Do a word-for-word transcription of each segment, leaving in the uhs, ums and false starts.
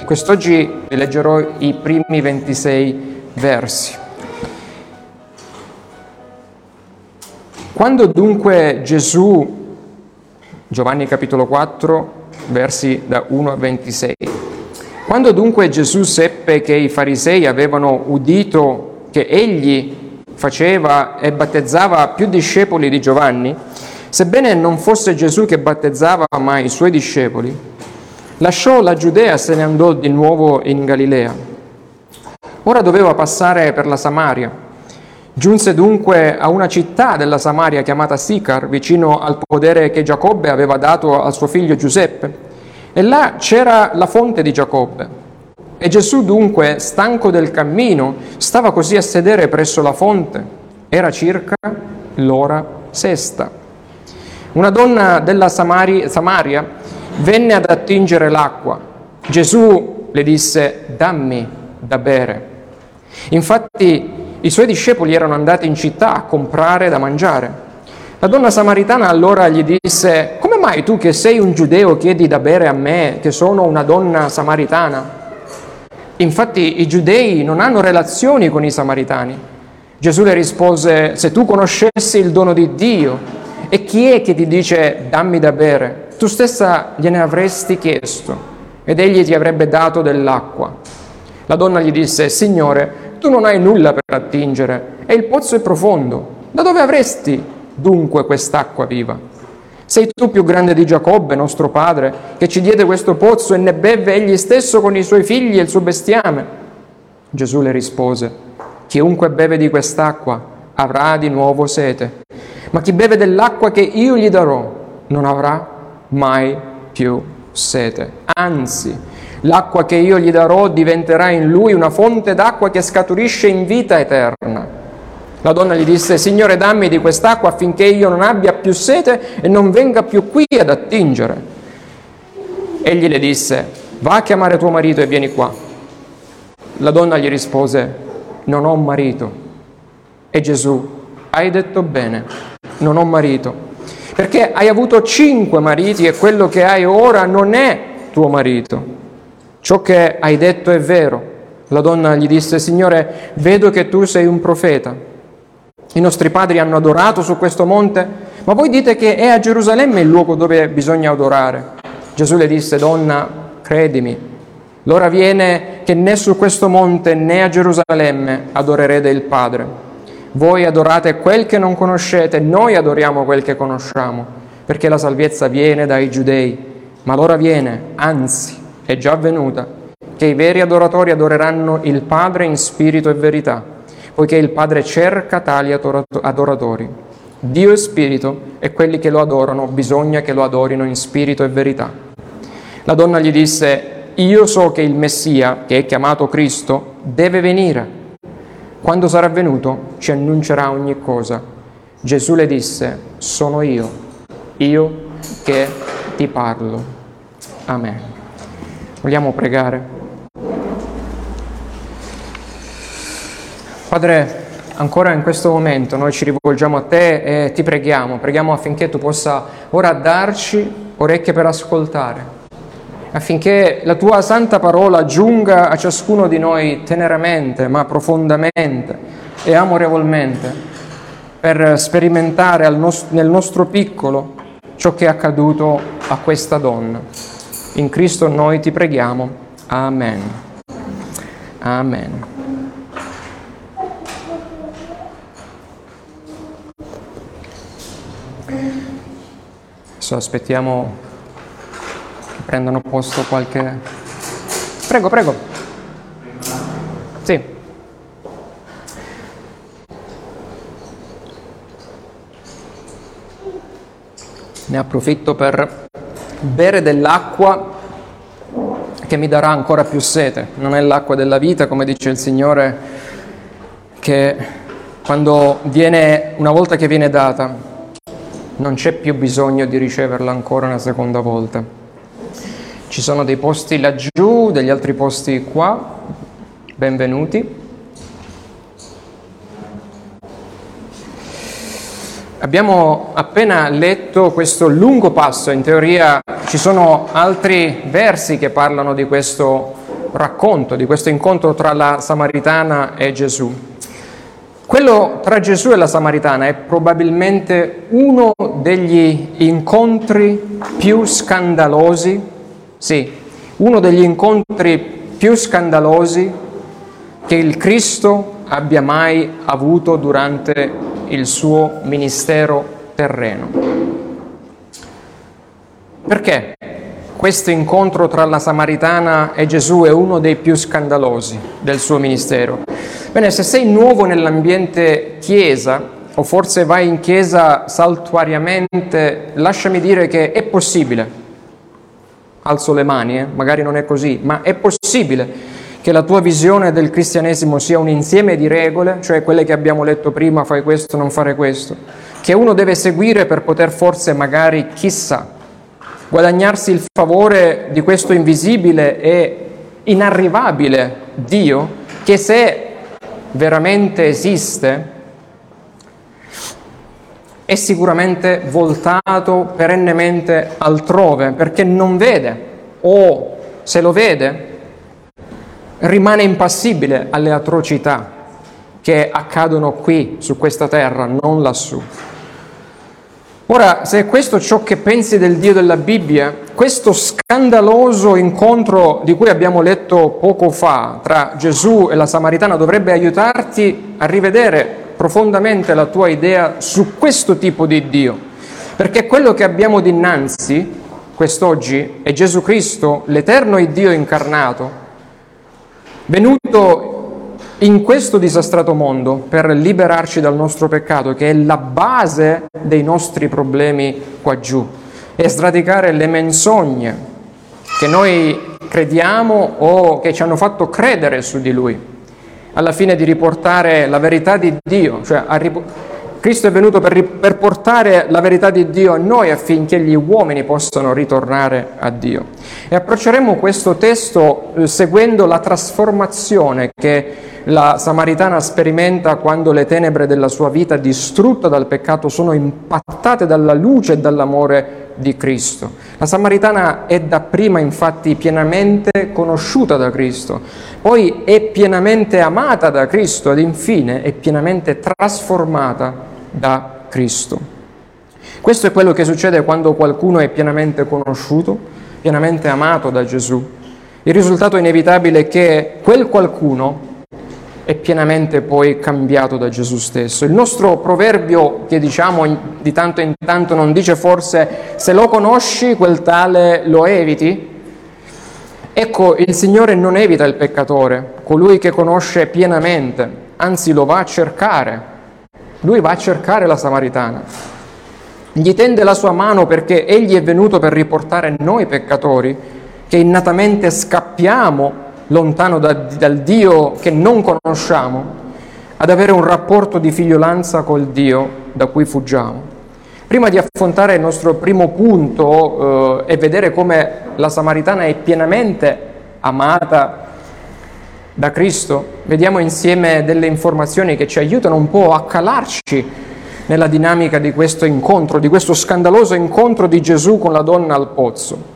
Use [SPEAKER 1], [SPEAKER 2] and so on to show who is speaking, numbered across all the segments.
[SPEAKER 1] Quest'oggi vi leggerò i primi ventisei versi. Quando dunque Gesù, Giovanni capitolo quattro, versi da uno a ventisei, quando dunque Gesù seppe che i farisei avevano udito che egli faceva e battezzava più discepoli di Giovanni, sebbene non fosse Gesù che battezzava ma i suoi discepoli, lasciò la Giudea e se ne andò di nuovo in Galilea. Ora doveva passare per la Samaria. Giunse dunque a una città della Samaria chiamata Sicar, vicino al podere che Giacobbe aveva dato al suo figlio Giuseppe. E là c'era la fonte di Giacobbe. E Gesù dunque, stanco del cammino, stava così a sedere presso la fonte. Era circa l'ora sesta. Una donna della Samari- Samaria venne ad attingere l'acqua. Gesù le disse: dammi da bere. Infatti i suoi discepoli erano andati in città a comprare da mangiare. La donna samaritana allora gli disse: come mai tu che sei un giudeo chiedi da bere a me che sono una donna samaritana? Infatti i giudei non hanno relazioni con i samaritani. Gesù le rispose: se tu conoscessi il dono di Dio e chi è che ti dice dammi da bere, tu stessa gliene avresti chiesto ed egli ti avrebbe dato dell'acqua. La donna gli disse: Signore, tu non hai nulla per attingere e il pozzo è profondo. Da dove avresti dunque quest'acqua viva? Sei tu più grande di Giacobbe, nostro padre, che ci diede questo pozzo e ne beve egli stesso con i suoi figli e il suo bestiame? Gesù le rispose: chiunque beve di quest'acqua avrà di nuovo sete, ma chi beve dell'acqua che io gli darò non avrà mai più sete. Anzi, l'acqua che io gli darò diventerà in lui una fonte d'acqua che scaturisce in vita eterna. La donna gli disse: Signore, dammi di quest'acqua affinché io non abbia più sete e non venga più qui ad attingere. Egli le disse: va a chiamare tuo marito e vieni qua. La donna gli rispose: non ho un marito. E Gesù: hai detto bene, non ho marito, perché hai avuto cinque mariti e quello che hai ora non è tuo marito. Ciò che hai detto è vero. La donna gli disse: Signore, vedo che tu sei un profeta. I nostri padri hanno adorato su questo monte, ma voi dite che è a Gerusalemme il luogo dove bisogna adorare. Gesù le disse: donna, credimi, l'ora viene che né su questo monte né a Gerusalemme adorerete il Padre. Voi adorate quel che non conoscete, noi adoriamo quel che conosciamo, perché la salvezza viene dai giudei. Ma l'ora viene, anzi, è già venuta, che i veri adoratori adoreranno il Padre in spirito e verità, poiché il Padre cerca tali adoratori. Dio è spirito e quelli che lo adorano bisogna che lo adorino in spirito e verità. La donna gli disse: io so che il Messia, che è chiamato Cristo, deve venire. Quando sarà venuto ci annuncerà ogni cosa. Gesù le disse: sono io, io che ti parlo. Amen. Vogliamo pregare? Padre, ancora in questo momento noi ci rivolgiamo a te e ti preghiamo, preghiamo affinché tu possa ora darci orecchie per ascoltare, affinché la tua santa parola giunga a ciascuno di noi teneramente, ma profondamente e amorevolmente, per sperimentare al nost- nel nostro piccolo ciò che è accaduto a questa donna. In Cristo noi ti preghiamo. Amen. Amen. Adesso aspettiamo che prendano posto qualche... Prego, prego. Sì. Ne approfitto per bere dell'acqua che mi darà ancora più sete. Non è l'acqua della vita, come dice il Signore, che quando viene, una volta che viene data, non c'è più bisogno di riceverla ancora una seconda volta. Ci sono dei posti laggiù, degli altri posti qua. Benvenuti. Abbiamo appena letto questo lungo passo, in teoria ci sono altri versi che parlano di questo racconto, di questo incontro tra la Samaritana e Gesù. Quello tra Gesù e la Samaritana è probabilmente uno degli incontri più scandalosi, sì, uno degli incontri più scandalosi che il Cristo abbia mai avuto durante il suo ministero terreno. Perché questo incontro tra la Samaritana e Gesù è uno dei più scandalosi del suo ministero? Bene, se sei nuovo nell'ambiente chiesa, o forse vai in chiesa saltuariamente, lasciami dire che è possibile, alzo le mani, eh? magari non è così, ma è possibile che la tua visione del cristianesimo sia un insieme di regole, cioè quelle che abbiamo letto prima, fai questo, non fare questo, che uno deve seguire per poter forse magari, chissà, guadagnarsi il favore di questo invisibile e inarrivabile Dio, che se veramente esiste è sicuramente voltato perennemente altrove, perché non vede, o se lo vede rimane impassibile alle atrocità che accadono qui su questa terra, non lassù. Ora, se è questo ciò che pensi del Dio della Bibbia, questo scandaloso incontro di cui abbiamo letto poco fa tra Gesù e la Samaritana dovrebbe aiutarti a rivedere profondamente la tua idea su questo tipo di Dio, perché quello che abbiamo dinanzi quest'oggi è Gesù Cristo, l'eterno Dio incarnato, venuto in questo disastrato mondo per liberarci dal nostro peccato, che è la base dei nostri problemi qua giù, e sradicare le menzogne che noi crediamo o che ci hanno fatto credere su di Lui, alla fine di riportare la verità di Dio, cioè a rip- Cristo è venuto per, ri- per portare la verità di Dio a noi affinché gli uomini possano ritornare a Dio. E approcceremo questo testo eh, seguendo la trasformazione che la Samaritana sperimenta quando le tenebre della sua vita, distrutta dal peccato, sono impattate dalla luce e dall'amore di Cristo. La Samaritana è dapprima infatti pienamente conosciuta da Cristo, poi è pienamente amata da Cristo ed infine è pienamente trasformata da Cristo. Questo è quello che succede quando qualcuno è pienamente conosciuto, pienamente amato da Gesù. Il risultato inevitabile è che quel qualcuno è pienamente poi cambiato da Gesù stesso. Il nostro proverbio, che diciamo di tanto in tanto, non dice forse se lo conosci quel tale lo eviti? Ecco, il Signore non evita il peccatore, colui che conosce pienamente, anzi lo va a cercare. Lui va a cercare la Samaritana. Gli tende la sua mano perché Egli è venuto per riportare noi peccatori, che innatamente scappiamo lontano da, dal Dio che non conosciamo, ad avere un rapporto di figliolanza col Dio da cui fuggiamo. Prima di affrontare il nostro primo punto eh, e vedere come la Samaritana è pienamente amata da Cristo, vediamo insieme delle informazioni che ci aiutano un po' a calarci nella dinamica di questo incontro, di questo scandaloso incontro di Gesù con la donna al pozzo.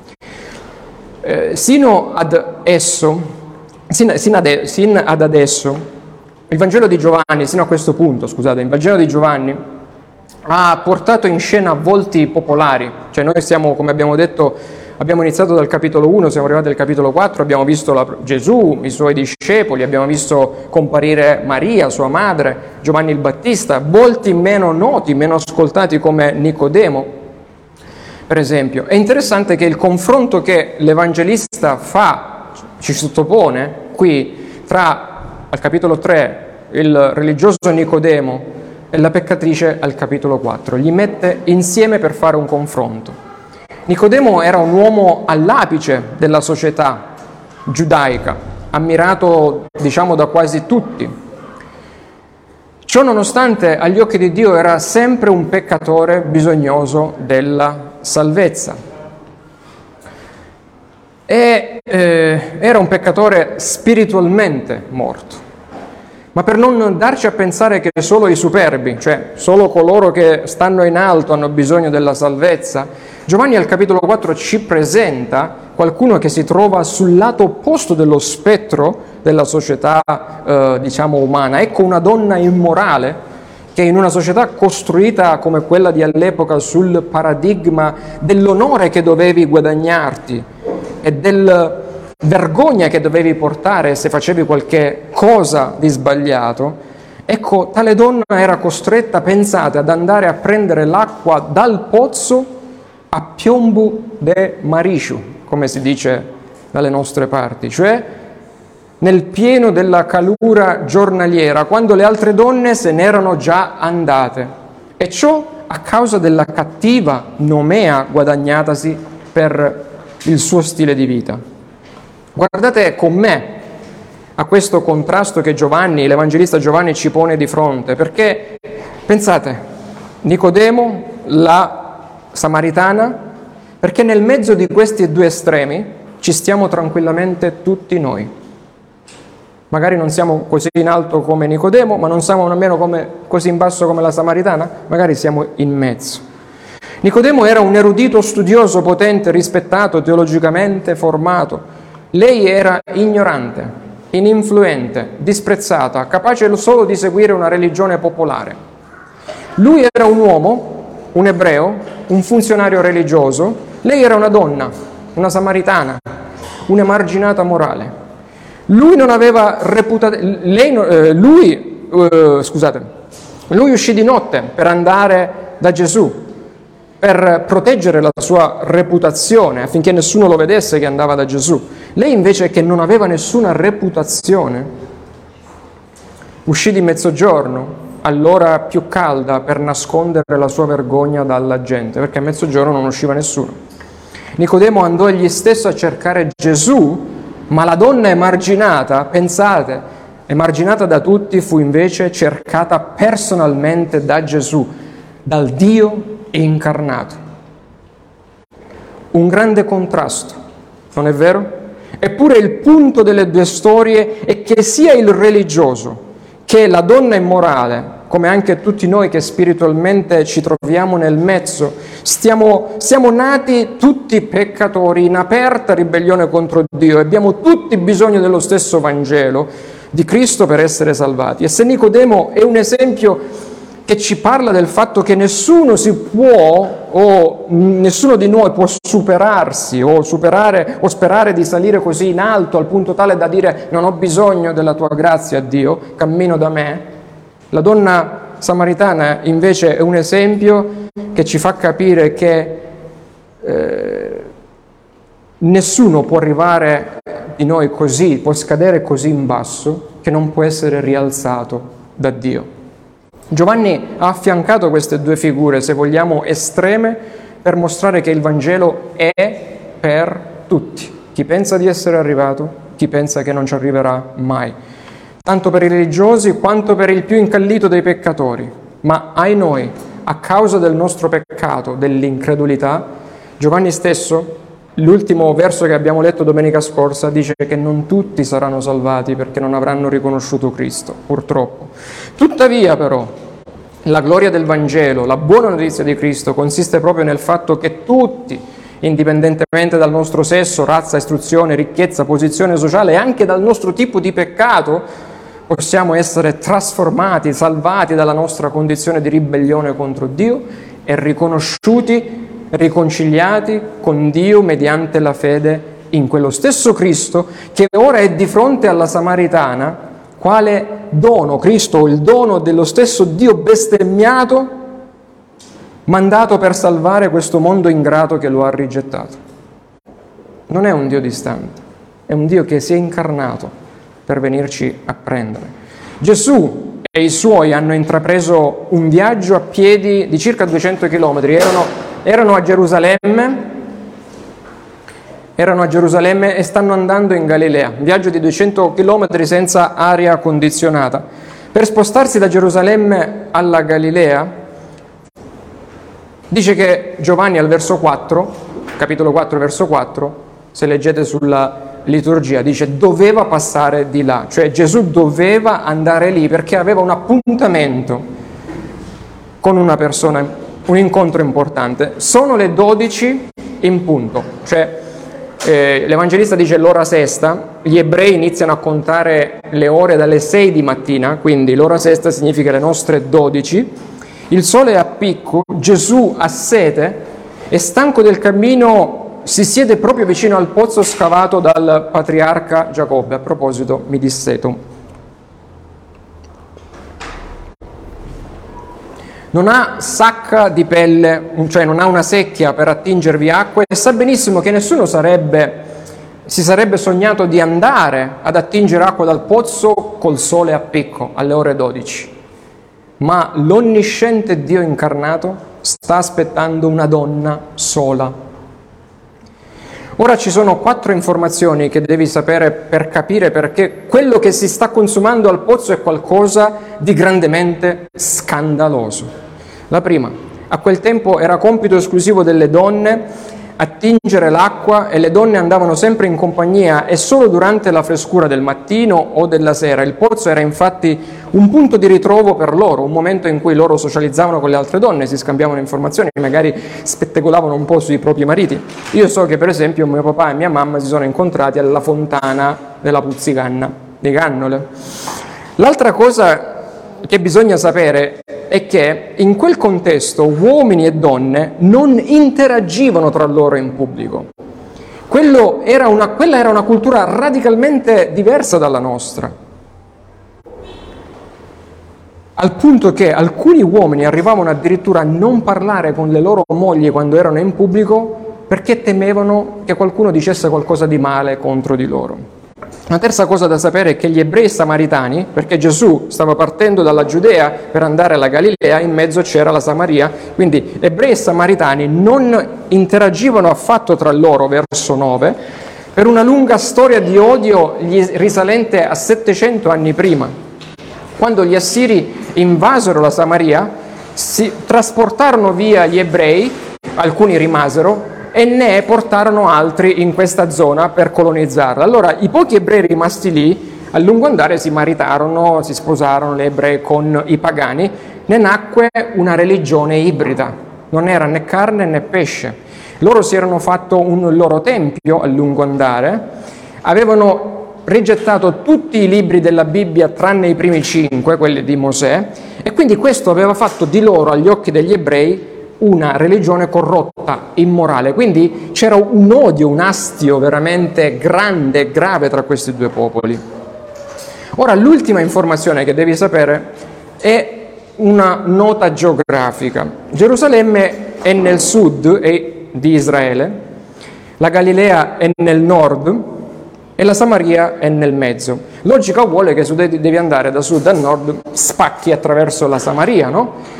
[SPEAKER 1] Eh, sino ad esso Sin, sin, ad, sin ad adesso, il Vangelo di Giovanni, sino a questo punto, scusate, il Vangelo di Giovanni ha portato in scena volti popolari, cioè noi siamo, come abbiamo detto, abbiamo iniziato dal capitolo uno, siamo arrivati al capitolo quattro, abbiamo visto la, Gesù, i suoi discepoli, abbiamo visto comparire Maria, sua madre, Giovanni il Battista, volti meno noti, meno ascoltati come Nicodemo, per esempio. È interessante che il confronto che l'Evangelista fa, ci sottopone qui tra, al capitolo tre, il religioso Nicodemo e la peccatrice al capitolo quattro. Li mette insieme per fare un confronto. Nicodemo era un uomo all'apice della società giudaica, ammirato, diciamo, da quasi tutti. Ciò nonostante, agli occhi di Dio era sempre un peccatore bisognoso della salvezza. E eh, era un peccatore spiritualmente morto. Ma per non darci a pensare che solo i superbi, cioè solo coloro che stanno in alto hanno bisogno della salvezza, Giovanni al capitolo quattro ci presenta qualcuno che si trova sul lato opposto dello spettro della società, eh, diciamo, umana. Ecco una donna immorale che in una società costruita come quella di all'epoca sul paradigma dell'onore che dovevi guadagnarti e del vergogna che dovevi portare se facevi qualche cosa di sbagliato, ecco, tale donna era costretta, pensate, ad andare a prendere l'acqua dal pozzo a piombu de mariciu, come si dice dalle nostre parti, cioè nel pieno della calura giornaliera, quando le altre donne se n'erano già andate, e ciò a causa della cattiva nomea guadagnatasi per il suo stile di vita. Guardate con me a questo contrasto che Giovanni, l'Evangelista Giovanni, ci pone di fronte, perché pensate, Nicodemo, la Samaritana, perché nel mezzo di questi due estremi ci stiamo tranquillamente tutti noi. Magari non siamo così in alto come Nicodemo, ma non siamo nemmeno come, così in basso come la Samaritana, magari siamo in mezzo. Nicodemo era un erudito studioso, potente, rispettato, teologicamente formato. Lei era ignorante, ininfluente, disprezzata, capace solo di seguire una religione popolare. Lui era un uomo, un ebreo, un funzionario religioso. Lei era una donna, una samaritana, un'emarginata morale. Lui non aveva reputazione, lei, eh, lui, eh, scusate, lui uscì di notte per andare da Gesù, per proteggere la sua reputazione, affinché nessuno lo vedesse che andava da Gesù. Lei invece, che non aveva nessuna reputazione, uscì di mezzogiorno, all'ora più calda, per nascondere la sua vergogna dalla gente, perché a mezzogiorno non usciva nessuno. Nicodemo andò egli stesso a cercare Gesù, ma la donna emarginata, pensate, emarginata da tutti, fu invece cercata personalmente da Gesù, dal Dio incarnato. Un grande contrasto, non è vero? Eppure il punto delle due storie è che sia il religioso che la donna immorale, come anche tutti noi che spiritualmente ci troviamo nel mezzo, stiamo, siamo nati tutti peccatori in aperta ribellione contro Dio, abbiamo tutti bisogno dello stesso Vangelo di Cristo per essere salvati. E se Nicodemo è un esempio che ci parla del fatto che nessuno si può, o nessuno di noi può superarsi o superare o sperare di salire così in alto al punto tale da dire non ho bisogno della tua grazia, Dio, cammino da me. La donna samaritana invece è un esempio che ci fa capire che eh, nessuno può arrivare di noi così, può scadere così in basso che non può essere rialzato da Dio. Giovanni ha affiancato queste due figure, se vogliamo, estreme, per mostrare che il Vangelo è per tutti. Chi pensa di essere arrivato, chi pensa che non ci arriverà mai. Tanto per i religiosi quanto per il più incallito dei peccatori. Ma ai noi, a causa del nostro peccato, dell'incredulità, Giovanni stesso, l'ultimo verso che abbiamo letto domenica scorsa, dice che non tutti saranno salvati perché non avranno riconosciuto Cristo, purtroppo. Tuttavia però, la gloria del Vangelo, la buona notizia di Cristo, consiste proprio nel fatto che tutti, indipendentemente dal nostro sesso, razza, istruzione, ricchezza, posizione sociale e anche dal nostro tipo di peccato, possiamo essere trasformati, salvati dalla nostra condizione di ribellione contro Dio e riconosciuti, riconciliati con Dio mediante la fede in quello stesso Cristo che ora è di fronte alla Samaritana, quale dono, Cristo, il dono dello stesso Dio bestemmiato, mandato per salvare questo mondo ingrato che lo ha rigettato. Non è un Dio distante, è un Dio che si è incarnato per venirci a prendere. Gesù e i suoi hanno intrapreso un viaggio a piedi di circa duecento chilometri, erano, erano a Gerusalemme, erano a Gerusalemme e stanno andando in Galilea, un viaggio di duecento chilometri senza aria condizionata. Per spostarsi da Gerusalemme alla Galilea, dice che Giovanni al verso quattro, capitolo quattro, verso quattro, se leggete sulla liturgia, dice doveva passare di là, cioè Gesù doveva andare lì perché aveva un appuntamento con una persona, un incontro importante. Sono le dodici in punto, cioè eh, l'Evangelista dice l'ora sesta, gli ebrei iniziano a contare le ore dalle sei di mattina, quindi l'ora sesta significa le nostre dodici, il sole è a picco, Gesù ha sete e stanco del cammino si siede proprio vicino al pozzo scavato dal patriarca Giacobbe. A proposito, mi disseto. Non ha sacca di pelle, cioè non ha una secchia per attingervi acqua e sa benissimo che nessuno sarebbe, si sarebbe sognato di andare ad attingere acqua dal pozzo col sole a picco alle ore dodici. Ma l'onnisciente Dio incarnato sta aspettando una donna sola. Ora ci sono quattro informazioni che devi sapere per capire perché quello che si sta consumando al pozzo è qualcosa di grandemente scandaloso. La prima, a quel tempo era compito esclusivo delle donne attingere l'acqua e le donne andavano sempre in compagnia e solo durante la frescura del mattino o della sera. Il pozzo era infatti un punto di ritrovo per loro, un momento in cui loro socializzavano con le altre donne, si scambiavano informazioni, magari spettegolavano un po' sui propri mariti. Io so che per esempio mio papà e mia mamma si sono incontrati alla fontana della Puzzicanna, di Cannole. L'altra cosa che bisogna sapere è che in quel contesto uomini e donne non interagivano tra loro in pubblico. Quello era una, quella era una cultura radicalmente diversa dalla nostra, al punto che alcuni uomini arrivavano addirittura a non parlare con le loro mogli quando erano in pubblico perché temevano che qualcuno dicesse qualcosa di male contro di loro. La terza cosa da sapere è che gli ebrei samaritani, perché Gesù stava partendo dalla Giudea per andare alla Galilea, in mezzo c'era la Samaria, quindi ebrei e samaritani non interagivano affatto tra loro, verso nove, per una lunga storia di odio risalente a settecento anni prima. Quando gli assiri invasero la Samaria, si trasportarono via gli ebrei, alcuni rimasero, e ne portarono altri in questa zona per colonizzarla. Allora i pochi ebrei rimasti lì a lungo andare si maritarono, si sposarono le ebrei con i pagani, ne nacque una religione ibrida, non era né carne né pesce. Loro si erano fatto un loro tempio a lungo andare, avevano rigettato tutti i libri della Bibbia tranne i primi cinque, quelli di Mosè, e quindi questo aveva fatto di loro, agli occhi degli ebrei, una religione corrotta, immorale. Quindi c'era un odio, un astio veramente grande e grave tra questi due popoli. Ora, l'ultima informazione che devi sapere è una nota geografica. Gerusalemme è nel sud di Israele, la Galilea è nel nord e la Samaria è nel mezzo. Logica vuole che se devi andare da sud a nord spacchi attraverso la Samaria, no?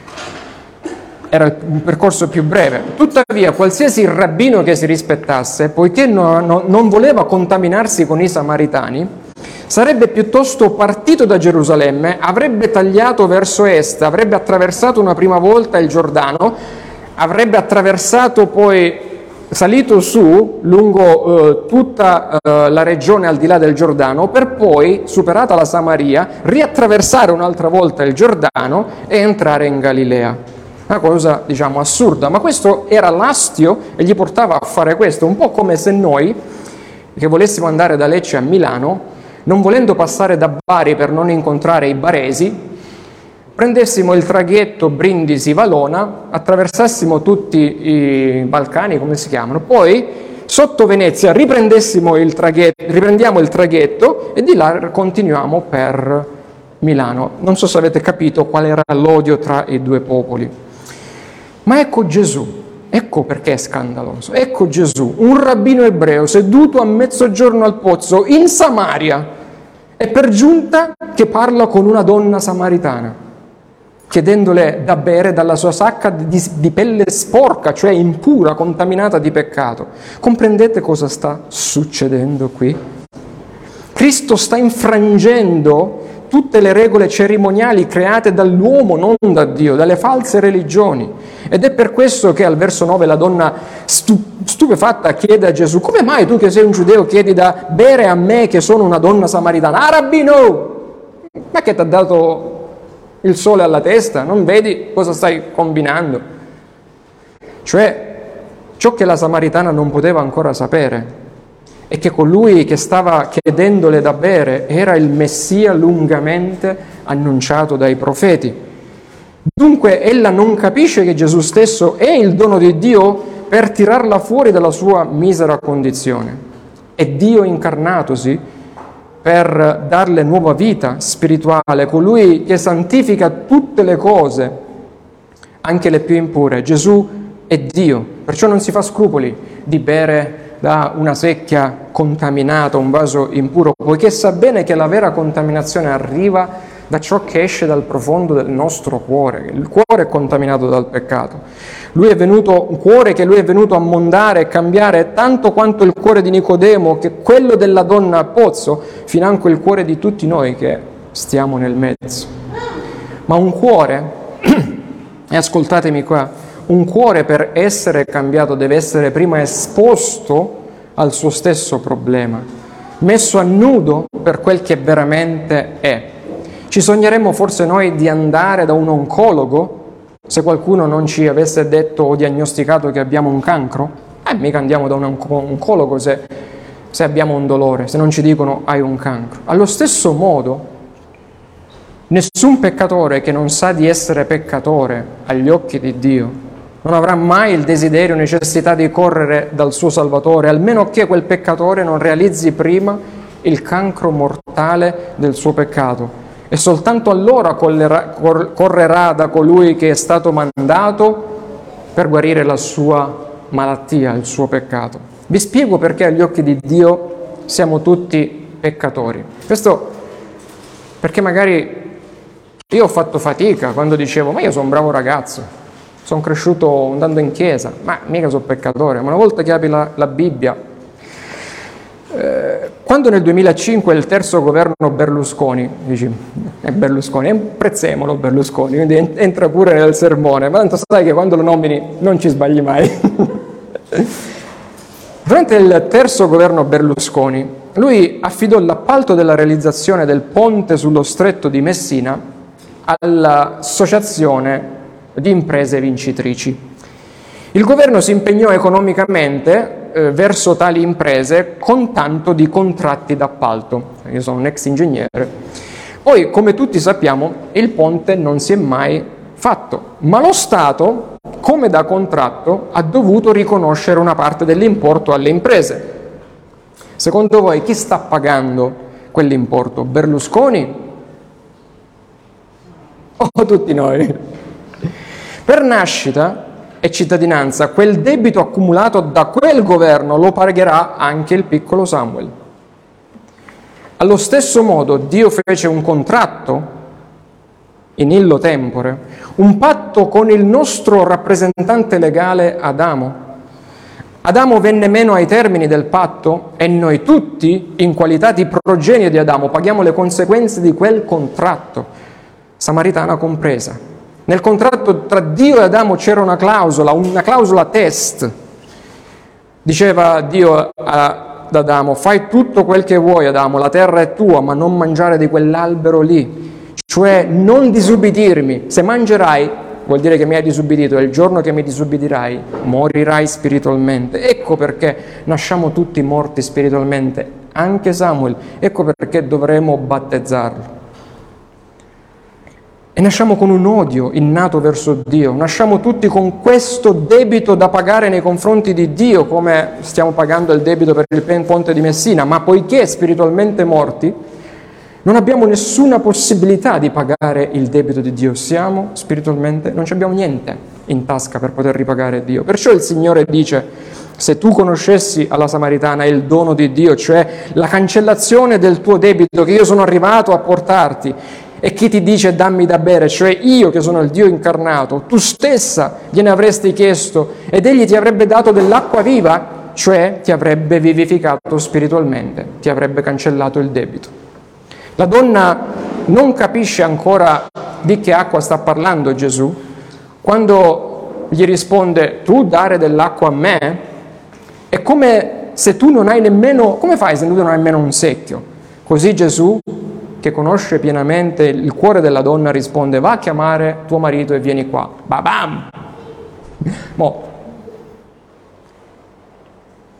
[SPEAKER 1] Era il percorso più breve. Tuttavia, qualsiasi rabbino che si rispettasse, poiché no, no, non voleva contaminarsi con i samaritani, sarebbe piuttosto partito da Gerusalemme, avrebbe tagliato verso est, avrebbe attraversato una prima volta il Giordano, avrebbe attraversato poi, salito su lungo eh, tutta eh, la regione al di là del Giordano, per poi, superata la Samaria, riattraversare un'altra volta il Giordano e entrare in Galilea. Una cosa, diciamo, assurda, ma questo era l'astio e gli portava a fare questo, un po' come se noi, che volessimo andare da Lecce a Milano, non volendo passare da Bari per non incontrare i baresi, prendessimo il traghetto Brindisi-Valona, attraversassimo tutti i Balcani, come si chiamano, poi sotto Venezia riprendessimo il traghetto, riprendiamo il traghetto e di là continuiamo per Milano. Non so se avete capito qual era l'odio tra i due popoli. Ma ecco Gesù, ecco perché è scandaloso, ecco Gesù, un rabbino ebreo seduto a mezzogiorno al pozzo in Samaria e per giunta che parla con una donna samaritana, chiedendole da bere dalla sua sacca di, di pelle sporca, cioè impura, contaminata di peccato. Comprendete cosa sta succedendo qui? Cristo sta infrangendo tutte le regole cerimoniali create dall'uomo, non da Dio, dalle false religioni. Ed è per questo che al verso nove la donna stu- stupefatta chiede a Gesù: come mai tu che sei un giudeo chiedi da bere a me che sono una donna samaritana? Ah, rabbino! Ma che ti ha dato il sole alla testa? Non vedi cosa stai combinando? Cioè, Ciò che la Samaritana non poteva ancora sapere è che colui che stava chiedendole da bere era il Messia lungamente annunciato dai profeti. Dunque ella non capisce che Gesù stesso è il dono di Dio per tirarla fuori dalla sua misera condizione. È Dio incarnatosi per darle nuova vita spirituale, colui che santifica tutte le cose, anche le più impure. Gesù è Dio, perciò non si fa scrupoli di bere da una secchia contaminata, un vaso impuro, poiché sa bene che la vera contaminazione arriva da ciò che esce dal profondo del nostro cuore. Il cuore è contaminato dal peccato. Lui è venuto, un cuore che lui è venuto a mondare e cambiare tanto quanto il cuore di Nicodemo, che quello della donna al pozzo, financo il cuore di tutti noi che stiamo nel mezzo. Ma un cuore, e ascoltatemi qua, un cuore per essere cambiato deve essere prima esposto al suo stesso problema, messo a nudo per quel che veramente è. Ci sogneremmo forse noi di andare da un oncologo se qualcuno non ci avesse detto o diagnosticato che abbiamo un cancro? Eh, mica andiamo da un oncologo se, se abbiamo un dolore, se non ci dicono hai un cancro. Allo stesso modo, nessun peccatore che non sa di essere peccatore agli occhi di Dio non avrà mai il desiderio o necessità di correre dal suo Salvatore, almeno che quel peccatore non realizzi prima il cancro mortale del suo peccato. E soltanto allora correrà da colui che è stato mandato per guarire la sua malattia, il suo peccato. Vi spiego perché agli occhi di Dio siamo tutti peccatori. Questo perché magari io ho fatto fatica quando dicevo ma io sono un bravo ragazzo, sono cresciuto andando in chiesa, ma mica sono peccatore. Ma una volta che apri la, la Bibbia, eh, quando nel duemilacinque il terzo governo Berlusconi, dici, è Berlusconi, prezzemolo Berlusconi, quindi entra pure nel sermone, ma tanto sai che quando lo nomini non ci sbagli mai. Durante il terzo governo Berlusconi, lui affidò l'appalto della realizzazione del ponte sullo stretto di Messina all'associazione di imprese vincitrici. Il governo si impegnò economicamente eh, verso tali imprese con tanto di contratti d'appalto. Io sono un ex ingegnere. Poi, come tutti sappiamo, il ponte non si è mai fatto, ma lo Stato, come da contratto, ha dovuto riconoscere una parte dell'importo alle imprese. Secondo voi chi sta pagando quell'importo? Berlusconi o tutti noi? Per nascita e cittadinanza, quel debito accumulato da quel governo lo pagherà anche il piccolo Samuel. Allo stesso modo Dio fece un contratto in illo tempore, un patto con il nostro rappresentante legale Adamo. Adamo venne meno ai termini del patto e noi tutti, in qualità di progenie di Adamo, paghiamo le conseguenze di quel contratto, Samaritana compresa. Nel contratto tra Dio e Adamo c'era una clausola, una clausola test. Diceva Dio ad Adamo, fai tutto quel che vuoi Adamo, la terra è tua, ma non mangiare di quell'albero lì. Cioè non disubbidirmi. Se mangerai, vuol dire che mi hai disubbidito, e il giorno che mi disubbidirai, morirai spiritualmente. Ecco perché nasciamo tutti morti spiritualmente, anche Samuel. Ecco perché dovremo battezzarlo. E nasciamo con un odio innato verso Dio, nasciamo tutti con questo debito da pagare nei confronti di Dio, come stiamo pagando il debito per il ponte di Messina, ma poiché spiritualmente morti, non abbiamo nessuna possibilità di pagare il debito di Dio, siamo spiritualmente, non abbiamo niente in tasca per poter ripagare Dio. Perciò il Signore dice, se tu conoscessi alla Samaritana il dono di Dio, cioè la cancellazione del tuo debito che io sono arrivato a portarti, e chi ti dice dammi da bere, cioè io che sono il Dio incarnato, tu stessa gliene avresti chiesto ed egli ti avrebbe dato dell'acqua viva, cioè ti avrebbe vivificato spiritualmente, ti avrebbe cancellato il debito. La donna non capisce ancora di che acqua sta parlando Gesù, quando gli risponde tu dare dell'acqua a me? È come se tu non hai nemmeno, come fai se tu non hai nemmeno un secchio? Così Gesù, che conosce pienamente il cuore della donna, risponde va a chiamare tuo marito e vieni qua. Babam! Mo,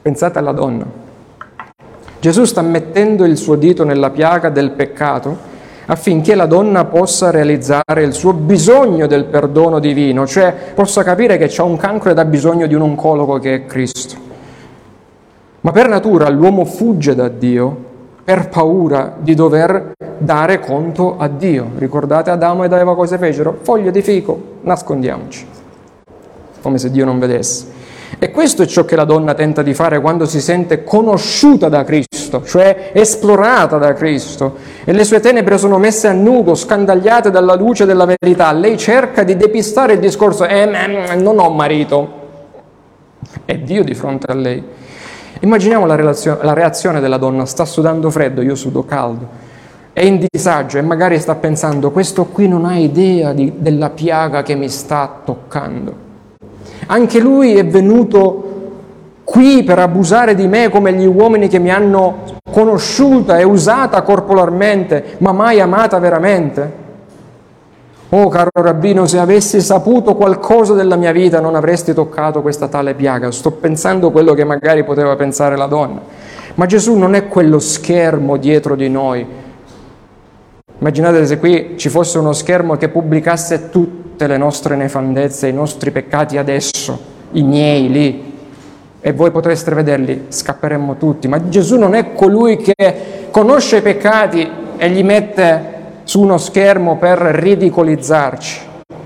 [SPEAKER 1] Pensate alla donna. Gesù sta mettendo il suo dito nella piaga del peccato affinché la donna possa realizzare il suo bisogno del perdono divino, cioè possa capire che c'è un cancro ed ha bisogno di un oncologo che è Cristo. Ma per natura l'uomo fugge da Dio per paura di dover dare conto a Dio. Ricordate Adamo ed Eva cosa fecero? Foglie di fico, nascondiamoci, come se Dio non vedesse. E questo è ciò che la donna tenta di fare quando si sente conosciuta da Cristo, cioè esplorata da Cristo, e le sue tenebre sono messe a nudo, scandagliate dalla luce della verità. Lei cerca di depistare il discorso, eh, non ho marito. È Dio di fronte a lei. Immaginiamo la, relazio- la reazione della donna: sta sudando freddo, io sudo caldo, è in disagio e magari sta pensando: questo qui non ha idea di, della piaga che mi sta toccando. Anche lui è venuto qui per abusare di me come gli uomini che mi hanno conosciuta e usata corporealmente, ma mai amata veramente. Oh, caro rabbino, se avessi saputo qualcosa della mia vita non avresti toccato questa tale piaga. Sto pensando quello che magari poteva pensare la donna. Ma Gesù non è quello schermo dietro di noi. Immaginate se qui ci fosse uno schermo che pubblicasse tutte le nostre nefandezze, i nostri peccati adesso, i miei lì, e voi potreste vederli, scapperemmo tutti. Ma Gesù non è colui che conosce i peccati e li mette su uno schermo per ridicolizzarci.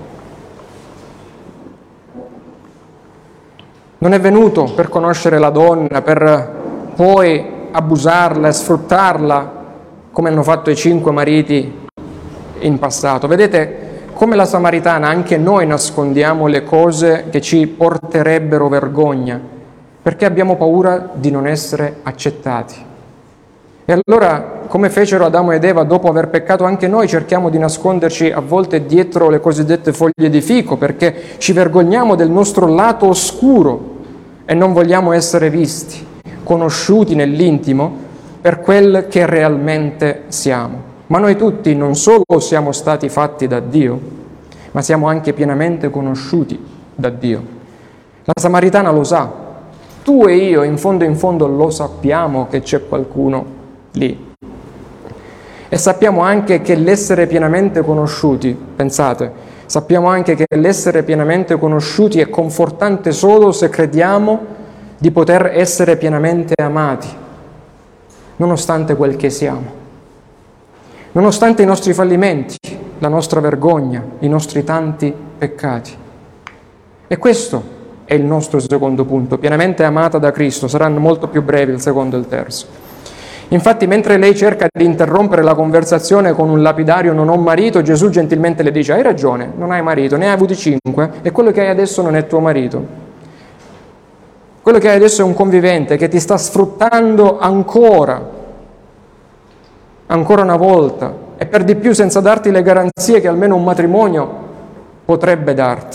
[SPEAKER 1] Non è venuto per conoscere la donna, per poi abusarla e sfruttarla come hanno fatto i cinque mariti in passato. Vedete, come la Samaritana, anche noi nascondiamo le cose che ci porterebbero vergogna, perché abbiamo paura di non essere accettati. E allora, come fecero Adamo ed Eva dopo aver peccato, anche noi cerchiamo di nasconderci a volte dietro le cosiddette foglie di fico, perché ci vergogniamo del nostro lato oscuro e non vogliamo essere visti, conosciuti nell'intimo per quel che realmente siamo. Ma noi tutti non solo siamo stati fatti da Dio, ma siamo anche pienamente conosciuti da Dio. La Samaritana lo sa, tu e io in fondo in fondo lo sappiamo che c'è qualcuno lì. E sappiamo anche che l'essere pienamente conosciuti, pensate, sappiamo anche che l'essere pienamente conosciuti è confortante solo se crediamo di poter essere pienamente amati, nonostante quel che siamo. Nonostante i nostri fallimenti, la nostra vergogna, i nostri tanti peccati. E questo è il nostro secondo punto, pienamente amata da Cristo. Saranno molto più brevi il secondo e il terzo. Infatti, mentre lei cerca di interrompere la conversazione con un lapidario "non ho marito", Gesù gentilmente le dice: hai ragione, non hai marito, ne hai avuti cinque e quello che hai adesso non è tuo marito. Quello che hai adesso è un convivente che ti sta sfruttando ancora, ancora una volta, e per di più senza darti le garanzie che almeno un matrimonio potrebbe darti.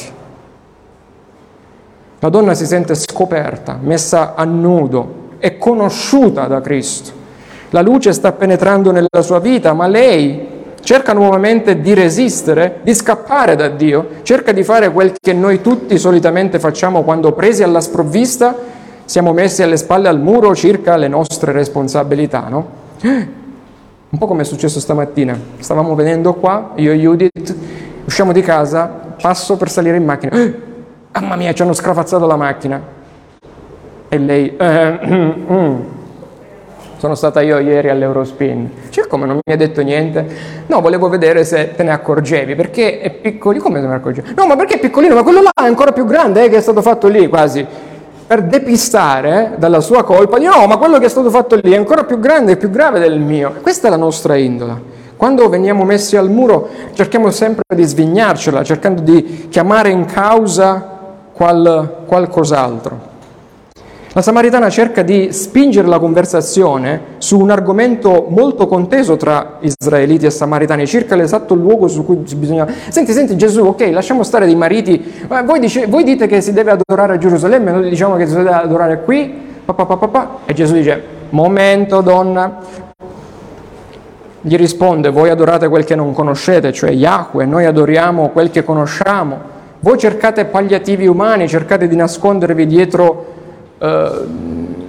[SPEAKER 1] La donna si sente scoperta, messa a nudo, è conosciuta da Cristo. La luce sta penetrando nella sua vita, ma lei cerca nuovamente di resistere, di scappare da Dio, cerca di fare quel che noi tutti solitamente facciamo quando, presi alla sprovvista, siamo messi alle spalle al muro circa le nostre responsabilità, no? Un po' come è successo stamattina. Stavamo venendo qua, io e Judith, usciamo di casa, passo per salire in macchina. Eh, mamma mia, ci hanno scrafazzato la macchina. E lei, eh, mm, mm. sono stata io ieri all'Eurospin. Cioè, come, non mi ha detto niente? No, volevo vedere se te ne accorgevi, perché è piccolino. Come se ne accorgevi? No, ma perché è piccolino? Ma quello là è ancora più grande, eh, che è stato fatto lì, quasi. Per depistare dalla sua colpa, di no, ma quello che è stato fatto lì è ancora più grande e più grave del mio. Questa è la nostra indola. Quando veniamo messi al muro cerchiamo sempre di svignarcela, cercando di chiamare in causa qual, qualcos'altro. La Samaritana cerca di spingere la conversazione su un argomento molto conteso tra israeliti e samaritani, circa l'esatto luogo su cui bisogna... Senti, senti Gesù, ok, lasciamo stare dei mariti, ma voi, dice, voi dite che si deve adorare a Gerusalemme, noi diciamo che si deve adorare qui, pa, pa, pa, pa, pa. E Gesù dice, momento donna, gli risponde, voi adorate quel che non conoscete, cioè Yahweh, noi adoriamo quel che conosciamo, voi cercate palliativi umani, cercate di nascondervi dietro Uh,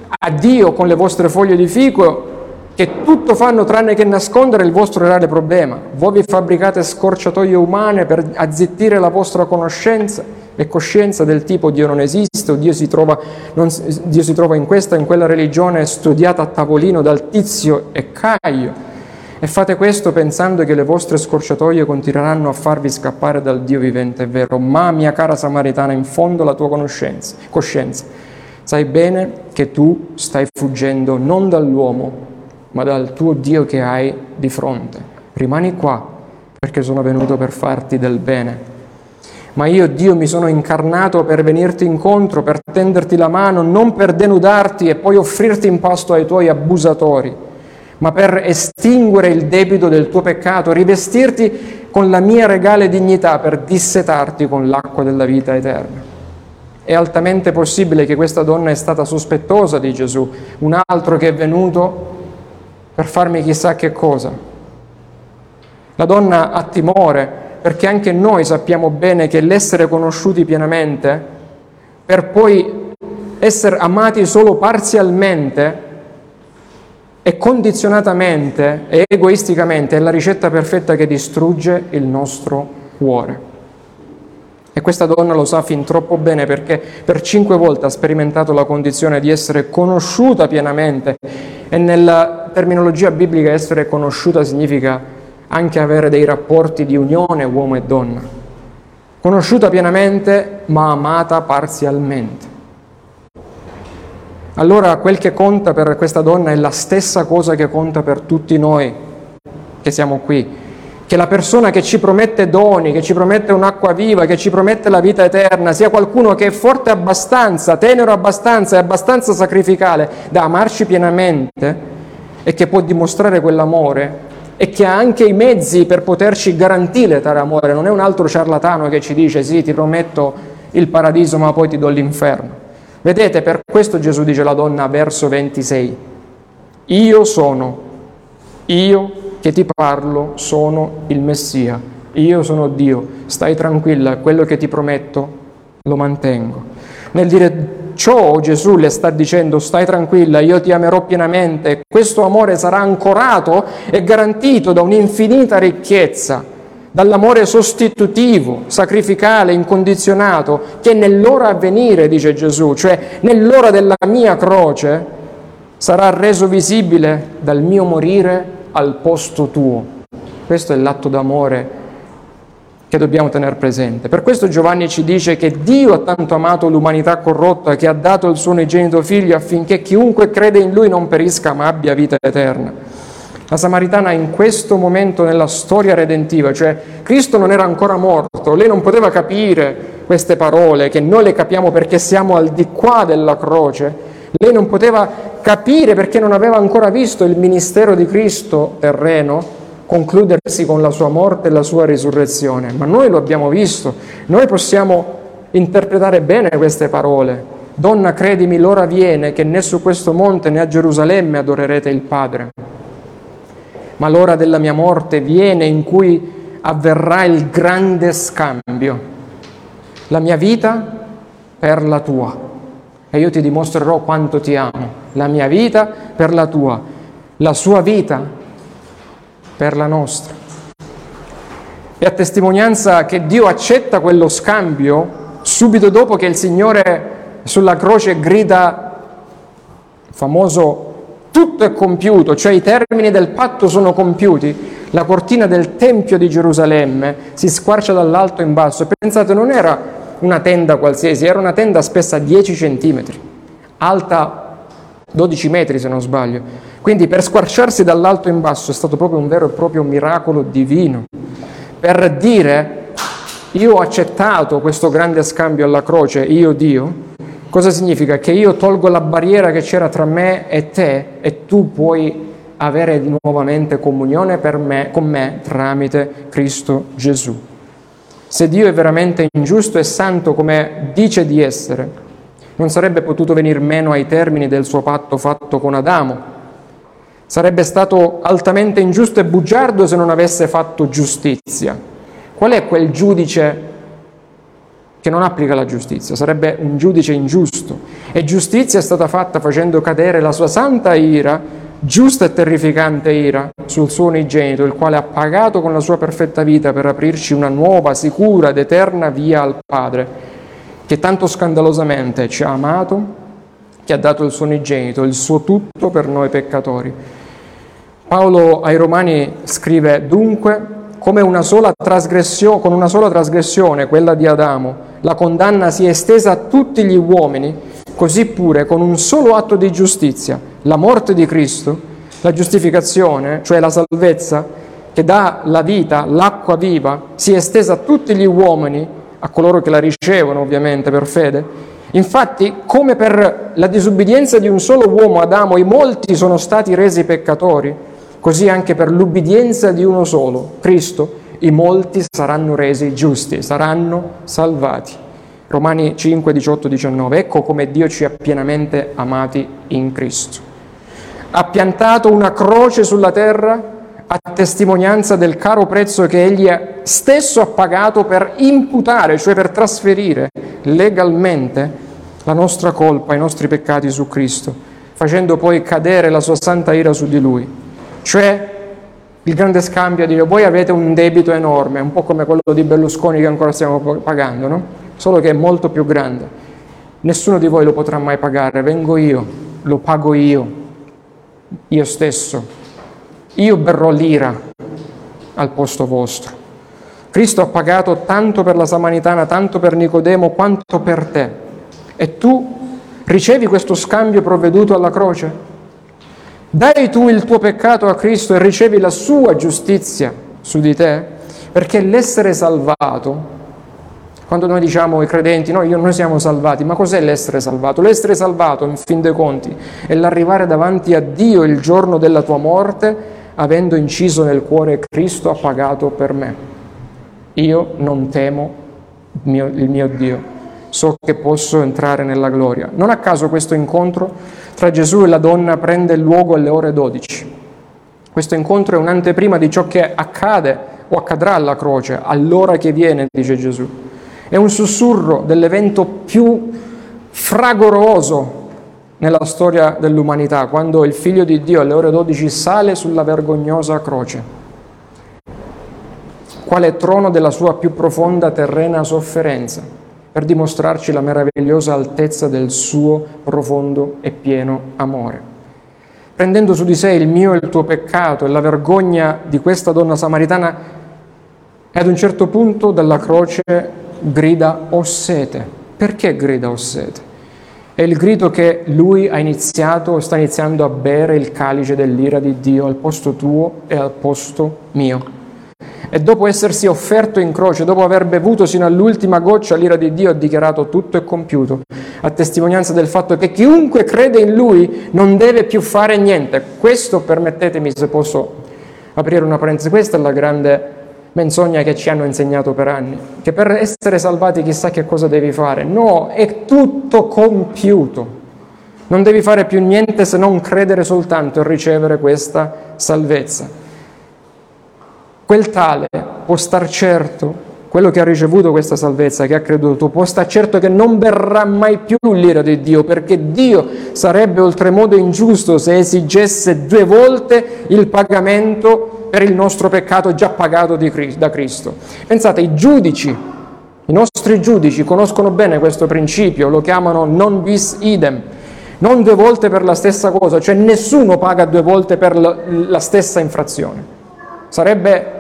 [SPEAKER 1] a Dio con le vostre foglie di fico, che tutto fanno tranne che nascondere il vostro reale problema. Voi vi fabbricate scorciatoie umane per azzittire la vostra conoscenza e coscienza del tipo Dio non esiste, o Dio si trova, non, Dio si trova in questa o in quella religione studiata a tavolino dal Tizio e Caio, e fate questo pensando che le vostre scorciatoie continueranno a farvi scappare dal Dio vivente e vero. Ma, mia cara Samaritana, in fondo la tua conoscenza, coscienza, sai bene che tu stai fuggendo non dall'uomo, ma dal tuo Dio che hai di fronte. Rimani qua, perché sono venuto per farti del bene. Ma io, Dio, mi sono incarnato per venirti incontro, per tenderti la mano, non per denudarti e poi offrirti in pasto ai tuoi abusatori, ma per estinguere il debito del tuo peccato, rivestirti con la mia regale dignità, per dissetarti con l'acqua della vita eterna. È altamente possibile che questa donna è stata sospettosa di Gesù, un altro che è venuto per farmi chissà che cosa. La donna ha timore, perché anche noi sappiamo bene che l'essere conosciuti pienamente, per poi essere amati solo parzialmente e condizionatamente e egoisticamente, è la ricetta perfetta che distrugge il nostro cuore. E questa donna lo sa fin troppo bene, perché per cinque volte ha sperimentato la condizione di essere conosciuta pienamente, e nella terminologia biblica essere conosciuta significa anche avere dei rapporti di unione uomo e donna. Conosciuta pienamente, ma amata parzialmente. Allora quel che conta per questa donna è la stessa cosa che conta per tutti noi che siamo qui. Che la persona che ci promette doni, che ci promette un'acqua viva, che ci promette la vita eterna, sia qualcuno che è forte abbastanza, tenero abbastanza e abbastanza sacrificale da amarci pienamente, e che può dimostrare quell'amore, e che ha anche i mezzi per poterci garantire tale amore. Non è un altro ciarlatano che ci dice sì, ti prometto il paradiso ma poi ti do l'inferno. Vedete, per questo Gesù dice alla donna, verso ventisei, io sono, io che ti parlo sono il Messia, io sono Dio, stai tranquilla, quello che ti prometto lo mantengo. Nel dire ciò Gesù le sta dicendo, stai tranquilla, io ti amerò pienamente, questo amore sarà ancorato e garantito da un'infinita ricchezza, dall'amore sostitutivo, sacrificale, incondizionato, che nell'ora a venire, dice Gesù, cioè nell'ora della mia croce, sarà reso visibile dal mio morire al posto tuo. Questo è l'atto d'amore che dobbiamo tenere presente. Per questo Giovanni ci dice che Dio ha tanto amato l'umanità corrotta che ha dato il suo unigenito figlio affinché chiunque crede in lui non perisca ma abbia vita eterna. La Samaritana in questo momento nella storia redentiva, cioè Cristo non era ancora morto, lei non poteva capire queste parole che noi le capiamo perché siamo al di qua della croce, lei non poteva capire perché non aveva ancora visto il ministero di Cristo terreno concludersi con la sua morte e la sua risurrezione, ma noi lo abbiamo visto, noi possiamo interpretare bene queste parole. Donna, credimi, l'ora viene che né su questo monte né a Gerusalemme adorerete il Padre, ma l'ora della mia morte viene in cui avverrà il grande scambio, la mia vita per la tua, e io ti dimostrerò quanto ti amo, la mia vita per la tua, la sua vita per la nostra. E a testimonianza che Dio accetta quello scambio, subito dopo che il Signore sulla croce grida, famoso, tutto è compiuto, cioè i termini del patto sono compiuti, la cortina del Tempio di Gerusalemme si squarcia dall'alto in basso. E pensate, non era una tenda qualsiasi, era una tenda spessa dieci centimetri, alta dodici metri se non sbaglio. Quindi per squarciarsi dall'alto in basso è stato proprio un vero e proprio miracolo divino, per dire io ho accettato questo grande scambio alla croce, io Dio. Cosa significa? Che io tolgo la barriera che c'era tra me e te e tu puoi avere nuovamente comunione per me, con me tramite Cristo Gesù. Se Dio è veramente ingiusto e santo come dice di essere, non sarebbe potuto venir meno ai termini del suo patto fatto con Adamo. Sarebbe stato altamente ingiusto e bugiardo se non avesse fatto giustizia. Qual è quel giudice che non applica la giustizia, sarebbe un giudice ingiusto. E giustizia è stata fatta facendo cadere la sua santa ira, giusta e terrificante ira, sul suo unigenito, il quale ha pagato con la sua perfetta vita per aprirci una nuova, sicura ed eterna via al Padre, che tanto scandalosamente ci ha amato, che ha dato il suo unigenito, il suo tutto per noi peccatori. Paolo ai Romani scrive: dunque, come una sola trasgressione, con una sola trasgressione, quella di Adamo, la condanna si è estesa a tutti gli uomini, così pure con un solo atto di giustizia, la morte di Cristo, la giustificazione, cioè la salvezza, che dà la vita, l'acqua viva, si è estesa a tutti gli uomini, a coloro che la ricevono ovviamente per fede. Infatti, come per la disubbidienza di un solo uomo, Adamo, i molti sono stati resi peccatori, così anche per l'ubbidienza di uno solo, Cristo, i molti saranno resi giusti, saranno salvati. Romani cinque, diciotto, diciannove. Ecco come Dio ci ha pienamente amati in Cristo. Ha piantato una croce sulla terra a testimonianza del caro prezzo che Egli stesso ha pagato per imputare, cioè per trasferire legalmente la nostra colpa, i nostri peccati su Cristo, facendo poi cadere la sua santa ira su di Lui. Cioè il grande scambio di dire: voi avete un debito enorme, un po' come quello di Berlusconi che ancora stiamo pagando, no? Solo che è molto più grande. Nessuno di voi lo potrà mai pagare, vengo io, lo pago io, io stesso. Io berrò l'ira al posto vostro. Cristo ha pagato tanto per la Samaritana, tanto per Nicodemo, quanto per te. E tu ricevi questo scambio provveduto alla croce? Dai tu il tuo peccato a Cristo e ricevi la sua giustizia su di te? Perché l'essere salvato, quando noi diciamo i credenti, no, io, noi siamo salvati, ma cos'è l'essere salvato? L'essere salvato, in fin dei conti, è l'arrivare davanti a Dio il giorno della tua morte, avendo inciso nel cuore: Cristo ha pagato per me. Io non temo il mio, il mio Dio, so che posso entrare nella gloria. Non a caso questo incontro tra Gesù e la donna prende luogo alle ore dodici. Questo incontro è un'anteprima di ciò che accade o accadrà alla croce, all'ora che viene, dice Gesù. È un sussurro dell'evento più fragoroso nella storia dell'umanità, quando il Figlio di Dio alle ore dodici sale sulla vergognosa croce, quale trono della sua più profonda terrena sofferenza, per dimostrarci la meravigliosa altezza del suo profondo e pieno amore. Prendendo su di sé il mio e il tuo peccato e la vergogna di questa donna samaritana, e ad un certo punto dalla croce grida: ho sete. Perché grida: ho sete? È il grido che lui ha iniziato o sta iniziando a bere il calice dell'ira di Dio al posto tuo e al posto mio. E dopo essersi offerto in croce, dopo aver bevuto sino all'ultima goccia l'ira di Dio, ha dichiarato: tutto è compiuto, a testimonianza del fatto che chiunque crede in Lui non deve più fare niente. Questo, permettetemi se posso aprire una parentesi, questa è la grande menzogna che ci hanno insegnato per anni, che per essere salvati chissà che cosa devi fare. No, è tutto compiuto. Non devi fare più niente se non credere soltanto e ricevere questa salvezza. Quel tale può star certo, quello che ha ricevuto questa salvezza, che ha creduto, può star certo che non berrà mai più l'ira di Dio, perché Dio sarebbe oltremodo ingiusto se esigesse due volte il pagamento per il nostro peccato già pagato di, da Cristo. Pensate, i giudici, i nostri giudici conoscono bene questo principio, lo chiamano non bis idem, non due volte per la stessa cosa, cioè nessuno paga due volte per la, la stessa infrazione. Sarebbe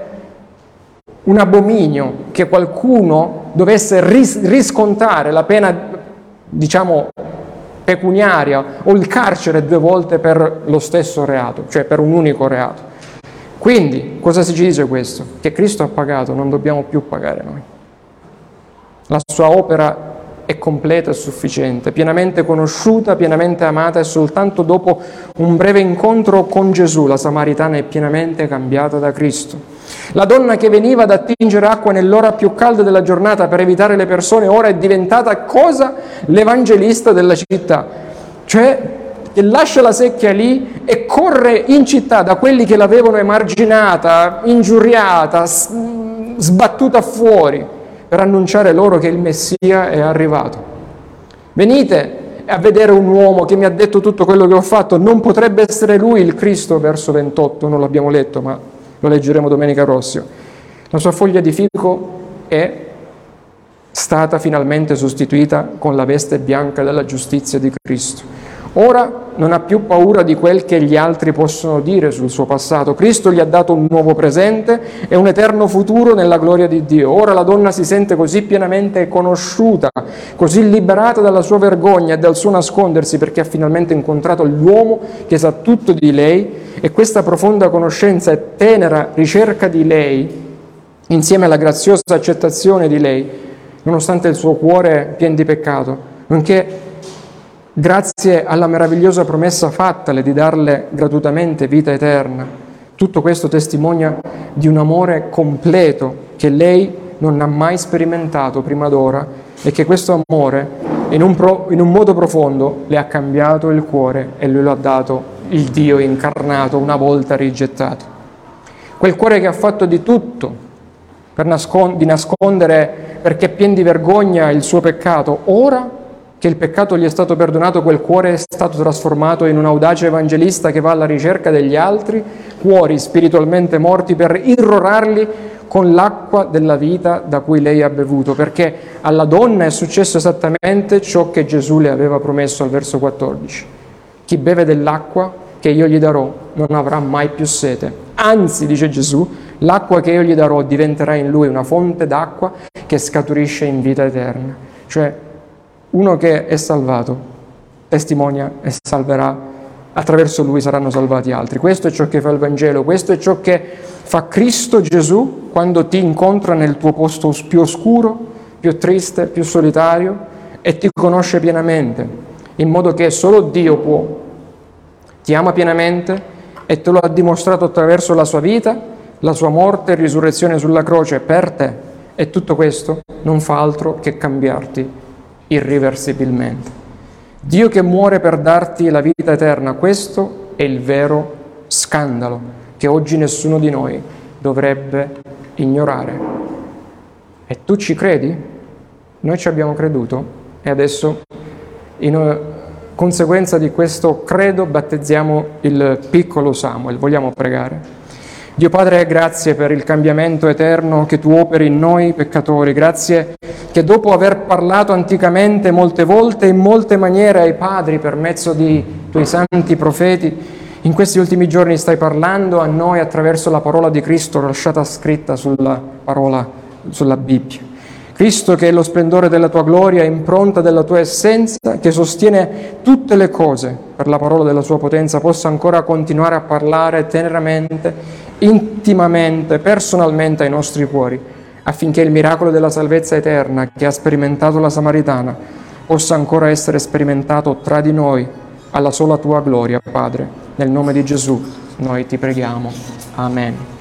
[SPEAKER 1] un abominio che qualcuno dovesse ris- riscontare la pena, diciamo, pecuniaria o il carcere due volte per lo stesso reato, cioè per un unico reato. Quindi, cosa si ci dice questo? Che Cristo ha pagato, non dobbiamo più pagare noi. La sua opera è completa e sufficiente, pienamente conosciuta, pienamente amata, e soltanto dopo un breve incontro con Gesù la Samaritana è pienamente cambiata da Cristo. La donna che veniva ad attingere acqua nell'ora più calda della giornata per evitare le persone, ora è diventata cosa? L'evangelista della città, cioè che lascia la secchia lì e corre in città da quelli che l'avevano emarginata, ingiuriata, sbattuta fuori, per annunciare loro che il Messia è arrivato. Venite a vedere un uomo che mi ha detto tutto quello che ho fatto, non potrebbe essere lui il Cristo? Verso ventotto, non l'abbiamo letto, ma lo leggeremo domenica prossima. La sua foglia di fico è stata finalmente sostituita con la veste bianca della giustizia di Cristo. Ora non ha più paura di quel che gli altri possono dire sul suo passato. Cristo gli ha dato un nuovo presente e un eterno futuro nella gloria di Dio. Ora la donna si sente così pienamente conosciuta, così liberata dalla sua vergogna e dal suo nascondersi, perché ha finalmente incontrato l'uomo che sa tutto di lei, e questa profonda conoscenza e tenera ricerca di lei, insieme alla graziosa accettazione di lei, nonostante il suo cuore pieno di peccato, nonché grazie alla meravigliosa promessa fattale di darle gratuitamente vita eterna. Tutto questo testimonia di un amore completo che lei non ha mai sperimentato prima d'ora, e che questo amore in un, pro, in un modo profondo le ha cambiato il cuore e lui lo ha dato il Dio incarnato una volta rigettato. Quel cuore che ha fatto di tutto per nascond- di nascondere, perché è pieno di vergogna, il suo peccato, ora che il peccato gli è stato perdonato, quel cuore è stato trasformato in un audace evangelista che va alla ricerca degli altri cuori spiritualmente morti per irrorarli con l'acqua della vita da cui lei ha bevuto, perché alla donna è successo esattamente ciò che Gesù le aveva promesso al verso quattordici. Chi beve dell'acqua che io gli darò non avrà mai più sete. Anzi, dice Gesù, l'acqua che io gli darò diventerà in lui una fonte d'acqua che scaturisce in vita eterna. Cioè, uno che è salvato testimonia e salverà, attraverso lui saranno salvati altri. Questo è ciò che fa il Vangelo, questo è ciò che fa Cristo Gesù quando ti incontra nel tuo posto più oscuro, più triste, più solitario, e ti conosce pienamente, in modo che solo Dio può. Ti ama pienamente e te lo ha dimostrato attraverso la sua vita, la sua morte e risurrezione sulla croce per te, e tutto questo non fa altro che cambiarti irriversibilmente. Dio che muore per darti la vita eterna, questo è il vero scandalo che oggi nessuno di noi dovrebbe ignorare. E tu ci credi? Noi ci abbiamo creduto e adesso, in conseguenza di questo credo, battezziamo il piccolo Samuel. Vogliamo pregare? Dio Padre, grazie per il cambiamento eterno che tu operi in noi peccatori, grazie che dopo aver parlato anticamente molte volte e in molte maniere ai padri per mezzo di tuoi santi profeti, in questi ultimi giorni stai parlando a noi attraverso la parola di Cristo lasciata scritta sulla parola, sulla Bibbia. Cristo che è lo splendore della tua gloria, impronta della tua essenza, che sostiene tutte le cose per la parola della sua potenza, possa ancora continuare a parlare teneramente, intimamente, personalmente ai nostri cuori, affinché il miracolo della salvezza eterna che ha sperimentato la Samaritana possa ancora essere sperimentato tra di noi, alla sola tua gloria, Padre. Nel nome di Gesù noi ti preghiamo. Amen.